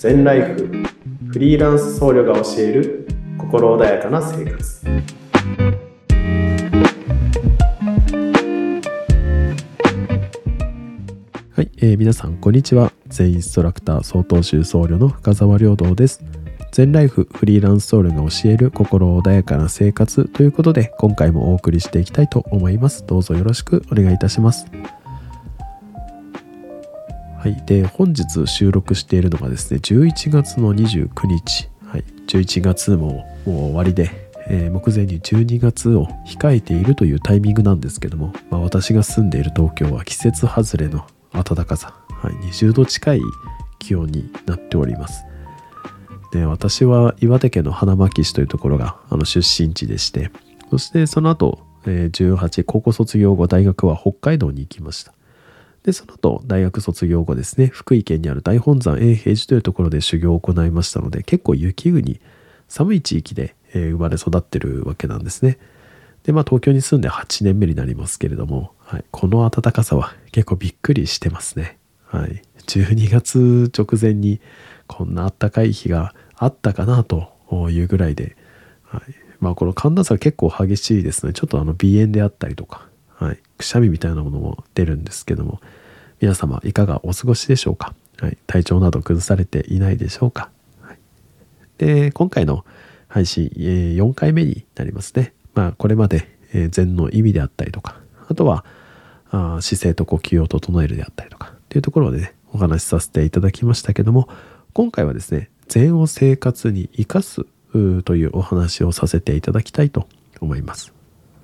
全ライフフリーランス僧侶が教える心穏やかな生活。 はい、皆さんこんにちは。全インストラクター曹洞宗僧侶の深澤良道です。全ライフフリーランス僧侶が教える心穏やかな生活ということで、今回もお送りしていきたいと思います。どうぞよろしくお願いいたします。はい、で本日収録しているのがですね、11月の29日、はい、11月もう終わりで、目前に12月を控えているというタイミングなんですけども、私が住んでいる東京は季節外れの暖かさ、20度近い気温になっております。で、私は岩手県の花巻市というところが出身地でして、そしてその後、18高校卒業後大学は北海道に行きました。でその後大学卒業後ですね、福井県にある大本山永平寺というところで修行を行いましたので、結構雪国寒い地域で生まれ育ってるわけなんですね。で東京に住んで8年目になりますけれども、この暖かさは結構びっくりしてますね。12月直前にこんな暖かい日があったかなというぐらいで、この寒暖差が結構激しいですね。ちょっと鼻炎であったりとか、くしゃみみたいなものも出るんですけども、皆様いかがお過ごしでしょうか。体調など崩されていないでしょうか。で今回の配信、4回目になりますね。これまで禅の意味であったりとか、あとは姿勢と呼吸を整えるであったりとかっていうところでね、お話しさせていただきましたけども、今回はですね、禅を生活に生かすというお話をさせていただきたいと思います。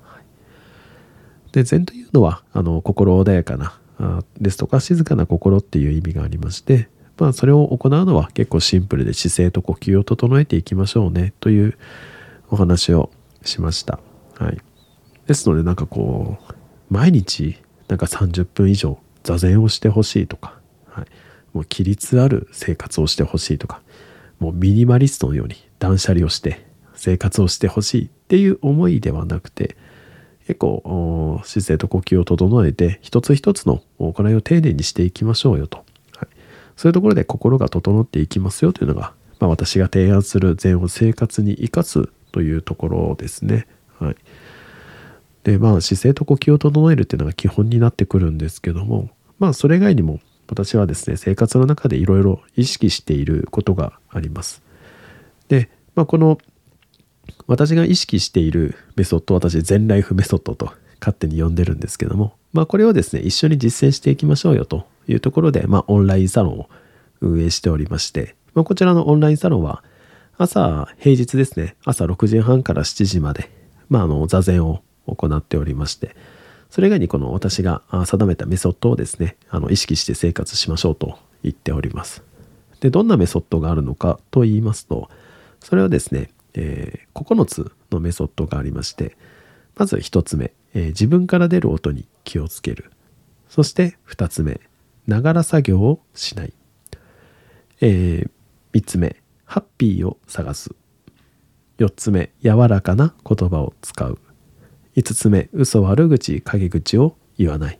で禅というのは心穏やかなですとか静かな心っていう意味がありまして、それを行うのは結構シンプルで、姿勢と呼吸を整えていきましょうねというお話をしました。ですので毎日30分以上座禅をしてほしいとか、もう規律ある生活をしてほしいとか、もうミニマリストのように断捨離をして生活をしてほしいっていう思いではなくて、結構姿勢と呼吸を整えて一つ一つの行いを丁寧にしていきましょうよと、そういうところで心が整っていきますよというのが、私が提案する禅を生活に生かすというところですね。で姿勢と呼吸を整えるっていうのが基本になってくるんですけども、それ以外にも私はですね、生活の中でいろいろ意識していることがあります。でこの私が意識しているメソッド、私全ライフメソッドと勝手に呼んでるんですけども、これをですね一緒に実践していきましょうよというところで、オンラインサロンを運営しておりまして、こちらのオンラインサロンは平日ですね、朝6時半から7時まで、座禅を行っておりまして、それ以外にこの私が定めたメソッドをですね意識して生活しましょうと言っております。でどんなメソッドがあるのかと言いますと、それはですね、9つのメソッドがありまして、まず1つ目、自分から出る音に気をつける。そして2つ目、ながら作業をしない。3つ目、ハッピーを探す。4つ目、柔らかな言葉を使う。5つ目、嘘悪口陰口を言わない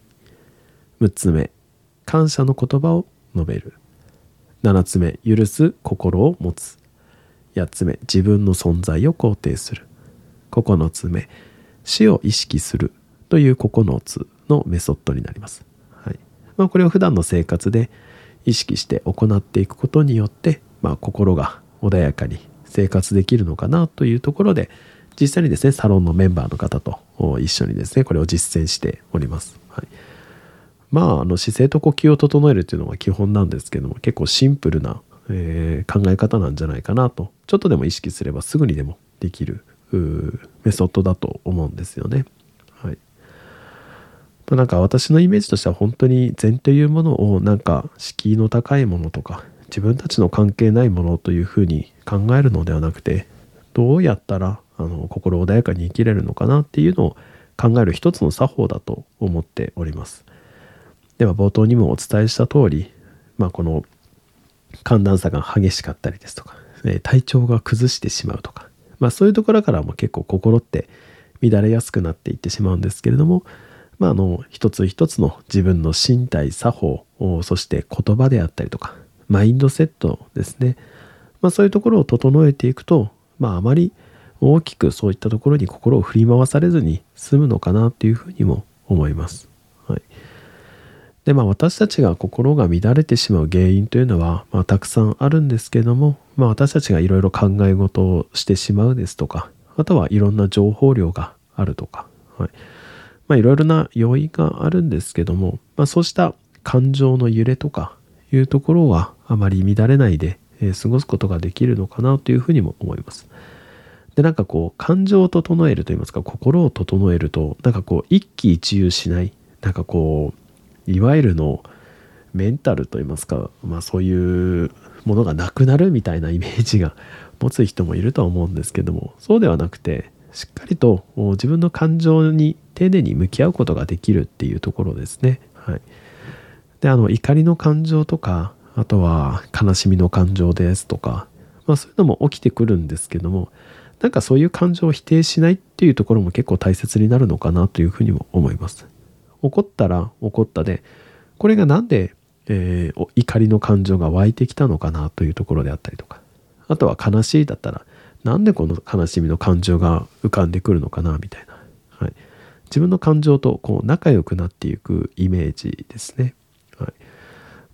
。6つ目、感謝の言葉を述べる。7つ目、許す心を持つ。8つ目、自分の存在を肯定する。9つ目、死を意識するという9つのメソッドになります。これを普段の生活で意識して行っていくことによって、心が穏やかに生活できるのかなというところで、実際にですねサロンのメンバーの方と一緒にですねこれを実践しております。姿勢と呼吸を整えるというのが基本なんですけども、結構シンプルな考え方なんじゃないかなと、ちょっとでも意識すればすぐにでもできるメソッドだと思うんですよね。私のイメージとしては、本当に禅というものを敷居の高いものとか自分たちの関係ないものというふうに考えるのではなくて、どうやったら心穏やかに生きれるのかなっていうのを考える一つの作法だと思っております。では冒頭にもお伝えした通り、この寒暖差が激しかったりですとか、体調が崩してしまうとか、そういうところからも結構心って乱れやすくなっていってしまうんですけれども、一つ一つの自分の身体作法、そして言葉であったりとか、 マインドセットですね。そういうところを整えていくと、あまり大きくそういったところに心を振り回されずに済むのかなっていうふうにも思います。はい。で、私たちが心が乱れてしまう原因というのは、たくさんあるんですけども、私たちがいろいろ考え事をしてしまうですとか、あとはいろんな情報量があるとか、はい。いろいろな要因があるんですけども、そうした感情の揺れとかいうところはあまり乱れないで、過ごすことができるのかなというふうにも思います。で、感情を整えるといいますか、心を整えると、一喜一憂しない、いわゆるのメンタルといいますか、そういうものがなくなるみたいなイメージが持つ人もいるとは思うんですけども、そうではなくて、しっかりと自分の感情に丁寧に向き合うことができるっていうところですね。はい。で、怒りの感情とか、あとは悲しみの感情ですとか、そういうのも起きてくるんですけども、そういう感情を否定しないっていうところも結構大切になるのかなというふうにも思います。怒ったら怒ったで、これがなんで、怒りの感情が湧いてきたのかなというところであったりとか、あとは悲しいだったら、なんでこの悲しみの感情が浮かんでくるのかなみたいな、はい、自分の感情と仲良くなっていくイメージですね。はい。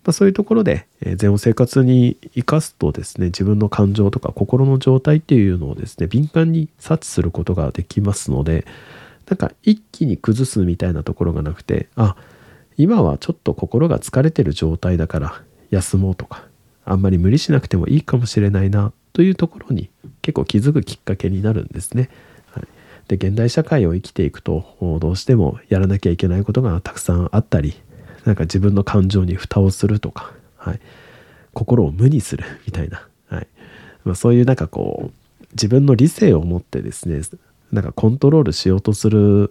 そういうところで禅を生活に生かすとですね、自分の感情とか心の状態っていうのをですね、敏感に察知することができますので、一気に崩すみたいなところがなくて、今はちょっと心が疲れてる状態だから休もうとか、あんまり無理しなくてもいいかもしれないなというところに結構気づくきっかけになるんですね。はい。で、現代社会を生きていくと、どうしてもやらなきゃいけないことがたくさんあったり、自分の感情に蓋をするとか、はい、心を無にするみたいな、はい、そういう自分の理性を持ってですね、コントロールしようとする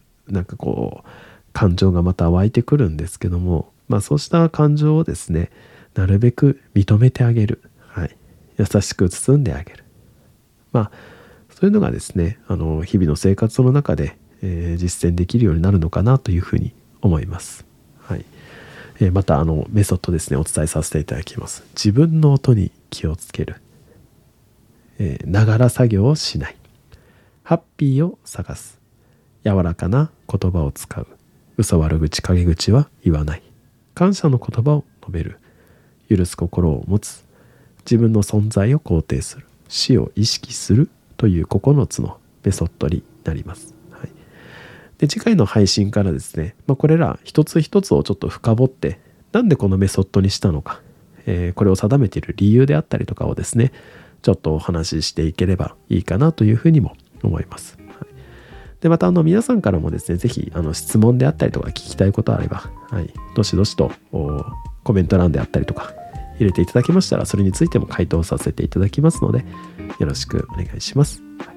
感情がまた湧いてくるんですけども、そうした感情をですね、なるべく認めてあげる、はい、優しく包んであげる、そういうのがですね、日々の生活の中で、実践できるようになるのかなというふうに思います。はい。またメソッドですね、お伝えさせていただきます。自分の音に気をつける、ながら作業をしない、ハッピーを探す、柔らかな言葉を使う、嘘悪口陰口は言わない、感謝の言葉を述べる、許す心を持つ、自分の存在を肯定する、死を意識するという9つのメソッドになります。はい。で、次回の配信からですね、これら一つ一つをちょっと深掘って、なんでこのメソッドにしたのか、これを定めている理由であったりとかをですね、ちょっとお話ししていければいいかなというふうにも思います。はい。で、また皆さんからもですね、ぜひ質問であったりとか聞きたいことあれば、はい、どしどしとコメント欄であったりとか入れていただきましたら、それについても回答させていただきますので、よろしくお願いします。はい。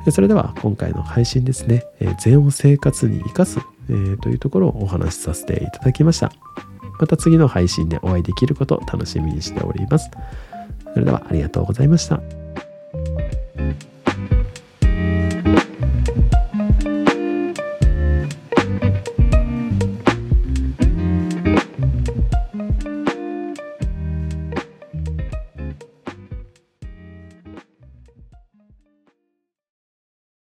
それでは今回の配信ですね、禅を生活に生かす、というところをお話しさせていただきました。また次の配信でお会いできることを楽しみにしております。それではありがとうございました。